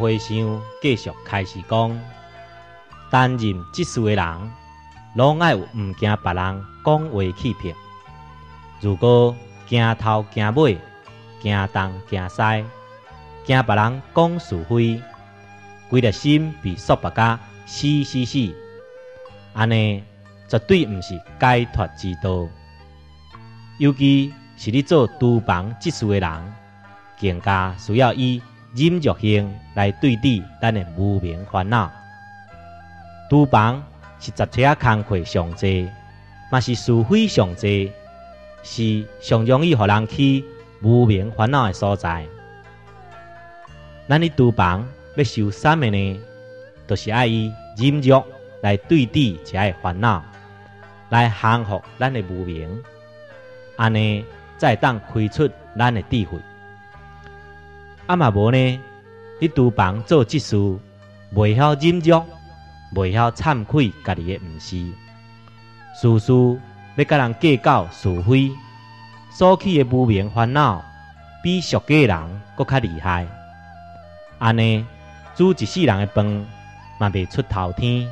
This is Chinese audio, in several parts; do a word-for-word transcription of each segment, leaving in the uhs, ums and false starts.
和尚继续开始讲：担任执事的人，拢爱有毋惊别人讲话欺骗。如果惊头惊尾，惊东惊西，惊别人讲是非，规个心被束缚甲死死死，安尼绝对毋是解脱之道。尤其是你做厨房执事的人，更加需要以忍辱性来对治咱的无明烦恼。厨房是十体仔工课上济，嘛是是非上济，是上容易互人起无明烦恼的所在。咱伫厨房要修三的呢，就是爱以忍辱来对治这的烦恼，来降服咱的无明，安尼才会当开出咱的智慧。啊嘛无呢，你厨房做这事，袂晓忍辱，袂晓忏悔家己的毋是，事事要甲人计较是非，所起的无明烦恼，比俗家人搁较厉害。安尼煮一世人的饭，嘛袂出头天。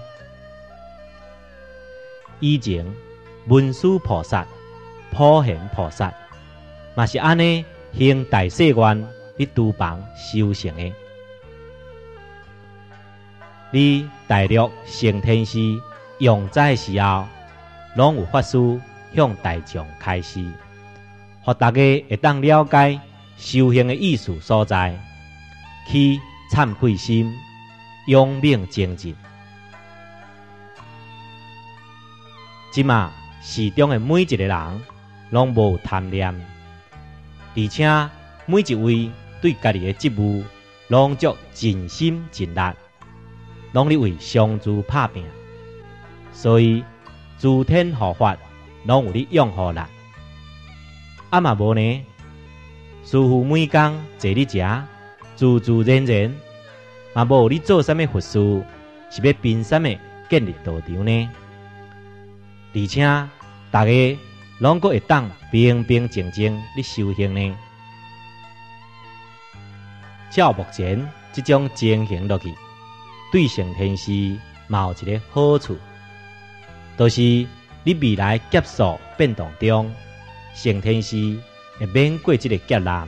以前文殊菩萨、普贤菩萨，嘛是安尼行大誓愿伫厨房修成的。你大陆成天师用斋时候，拢有法师向大众开示，互大家会当了解修行的意思所在，去忏悔心，勇猛精进。即马市中的每一个人，拢无贪念，而且每一位对家己的职务，拢足尽心尽力，拢咧为相助拍拼，所以诸天护法拢有咧拥护咱。啊嘛无呢，师父每工坐咧遮，自自然然，嘛无有咧做啥物佛事，是要凭啥物建立道场呢？而且大家拢阁会当平平静静咧修行呢。照目前这种情形落去，对成天师嘛有一个好处，就是你未来劫数变动中，成天师会免过这个劫难。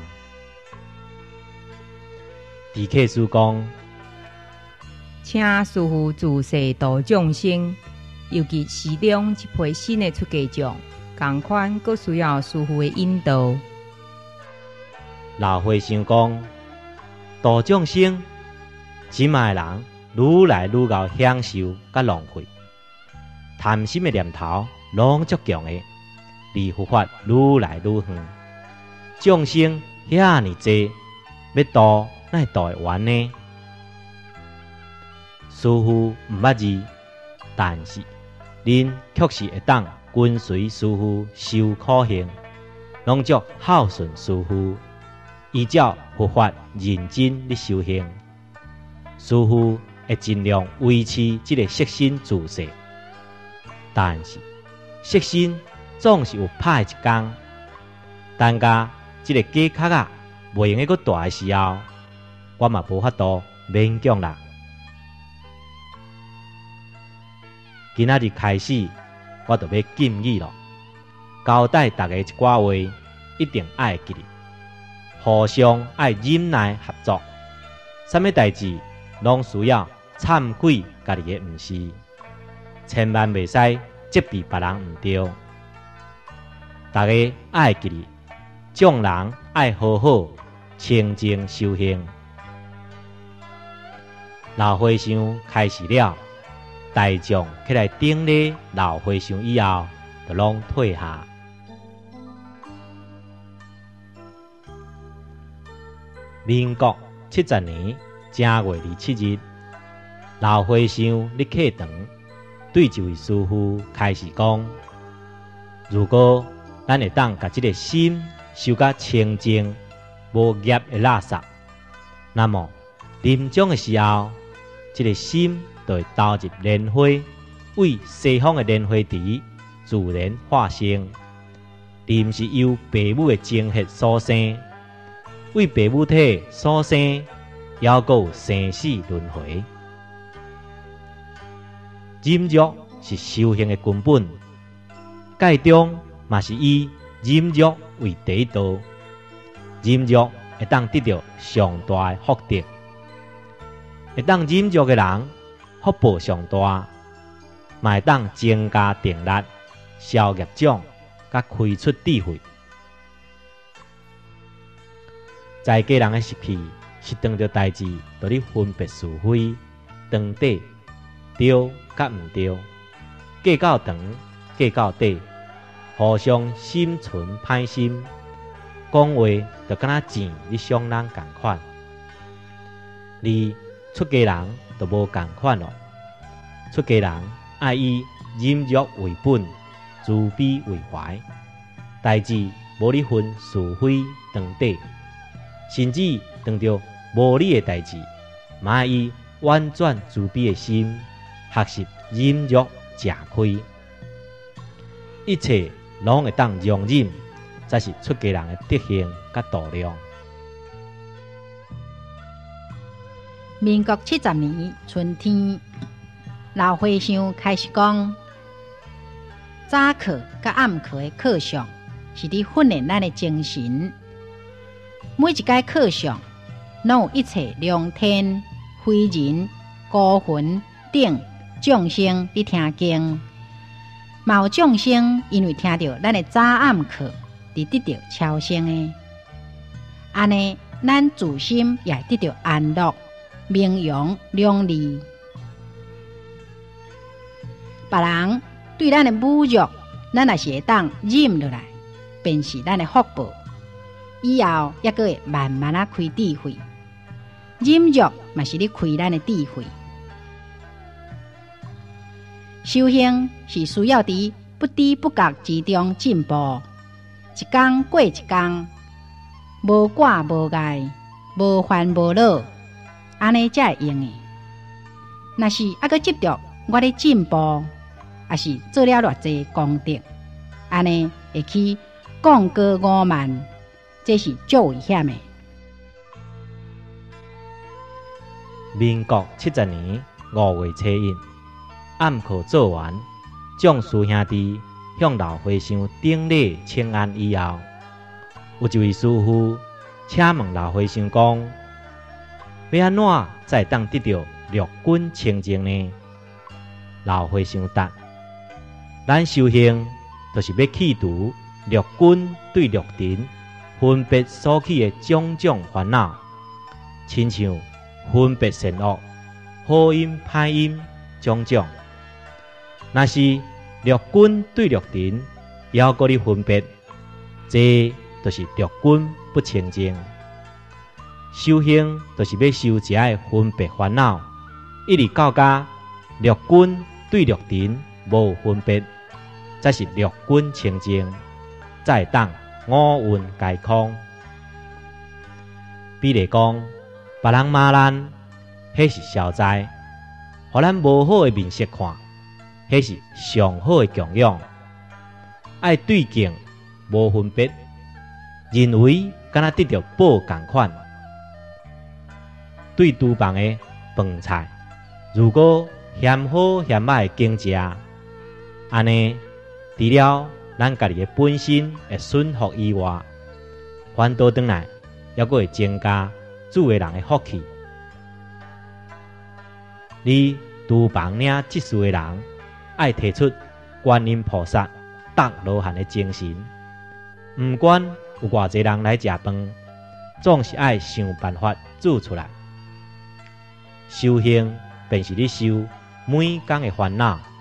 地客师讲， 请师父自世度众生，尤其市中一批新的出家众，同款阁需要师父的引导。 老和尚讲，度众生，即卖人愈来愈熬享受甲浪费，贪心的念头拢足强的，离佛法愈来愈远。众生遐尼济，要度哪会度会完呢？师父毋捌字，但是恁确实会当跟随师父修苦行，拢足孝顺师父，依照佛法认真咧修行。师父会尽量维持这个色身自世，但是色身总是有歹一天。等甲这个家壳啊袂用个阁大的时候，我嘛无法度勉强啦。今仔日开始，我就要禁语咯，交代大家一寡话，一定爱记哩。互相爱忍耐合作，啥物代志拢需要忏悔家己的毋是，千万袂使责备别人毋对。大家爱记哩，众人爱好好清净修行。老和尚开始了。大众起来顶礼老和尚以后，就拢退下。民国七十年正月二七日，老和尚咧课堂对一位师父开始讲：如果咱会当把这个心修甲清净，无业的垃圾，那么临终的时候，这个心就会投入莲花，为西方的莲花池自然化生。而毋是由父母的精血所生，为父母体所生， 也还有生死轮回。忍辱是修行的根本，戒中嘛是以忍辱为第一道。忍辱会当得到上大的福德，会当忍辱的人福报上大，嘛会当增加定力、消业障、甲开出智慧。在家人的习气是当着代志，就咧分别是非、长短、对甲毋对，计较长、计较短，互相心存歹心，讲话就敢若钱咧伤人共款。而出家人就无共款咯，出家人爱以忍辱为本，慈悲为怀，代志无咧分是非长短，甚至当着无理的代志，嘛爱以婉转慈悲的心，学习忍辱吃亏，一切拢会当容忍，才是出家人的德行甲度量。 民国七十年春天，老和尚开始讲，早课甲暗课的课上是伫训练咱的精神。每一届课上，拢有一切良天、非人、孤魂等众生伫听经，嘛有众生因为听到咱的早暗课，而得到超生的。安尼，咱自心也得到安乐、名扬、两利。别人对咱的侮辱，咱也是会当忍落来，便是咱的福报。以后也阁会慢慢啊开智慧，忍辱嘛是咧开咱的智慧。修行是需要伫不知不觉之中进步，一天过一天，无挂无碍，无烦无恼，安尼才会用的。若是还阁执着我咧进步，也是做了偌济功德，安尼会去降高傲慢，这是足危险的。 民国七十年五月初一，暗课做完，众师兄弟向老和尚顶礼请安以后，有一位师父请问老和尚讲：要安怎才会当得到六根清净呢？老和尚答：咱修行就是要去除六根对六尘分别所起的种种烦恼，亲像分别善恶、好因歹因种种。若是六根对六尘，还阁咧分别，这就是六根不清净。修行就是要修这的分别烦恼，一直到甲六根对六尘无分别，才是六根清净，才会当五蕴皆空。比如讲，别人骂咱，迄是消灾，互咱无好的面色看，迄是上好的供养。爱对境无分别，认为敢若得到宝同款。对厨房的饭菜，如果嫌好嫌歹的经食，安尼除了咱家己的本身会顺福以外，反倒转来还阁会增加煮的人的福气。你厨房领职事的人，爱提出观音菩萨达罗汉的精神，毋管有偌济人来食饭，总是爱想办法煮出来。修行便是咧修每工的烦恼。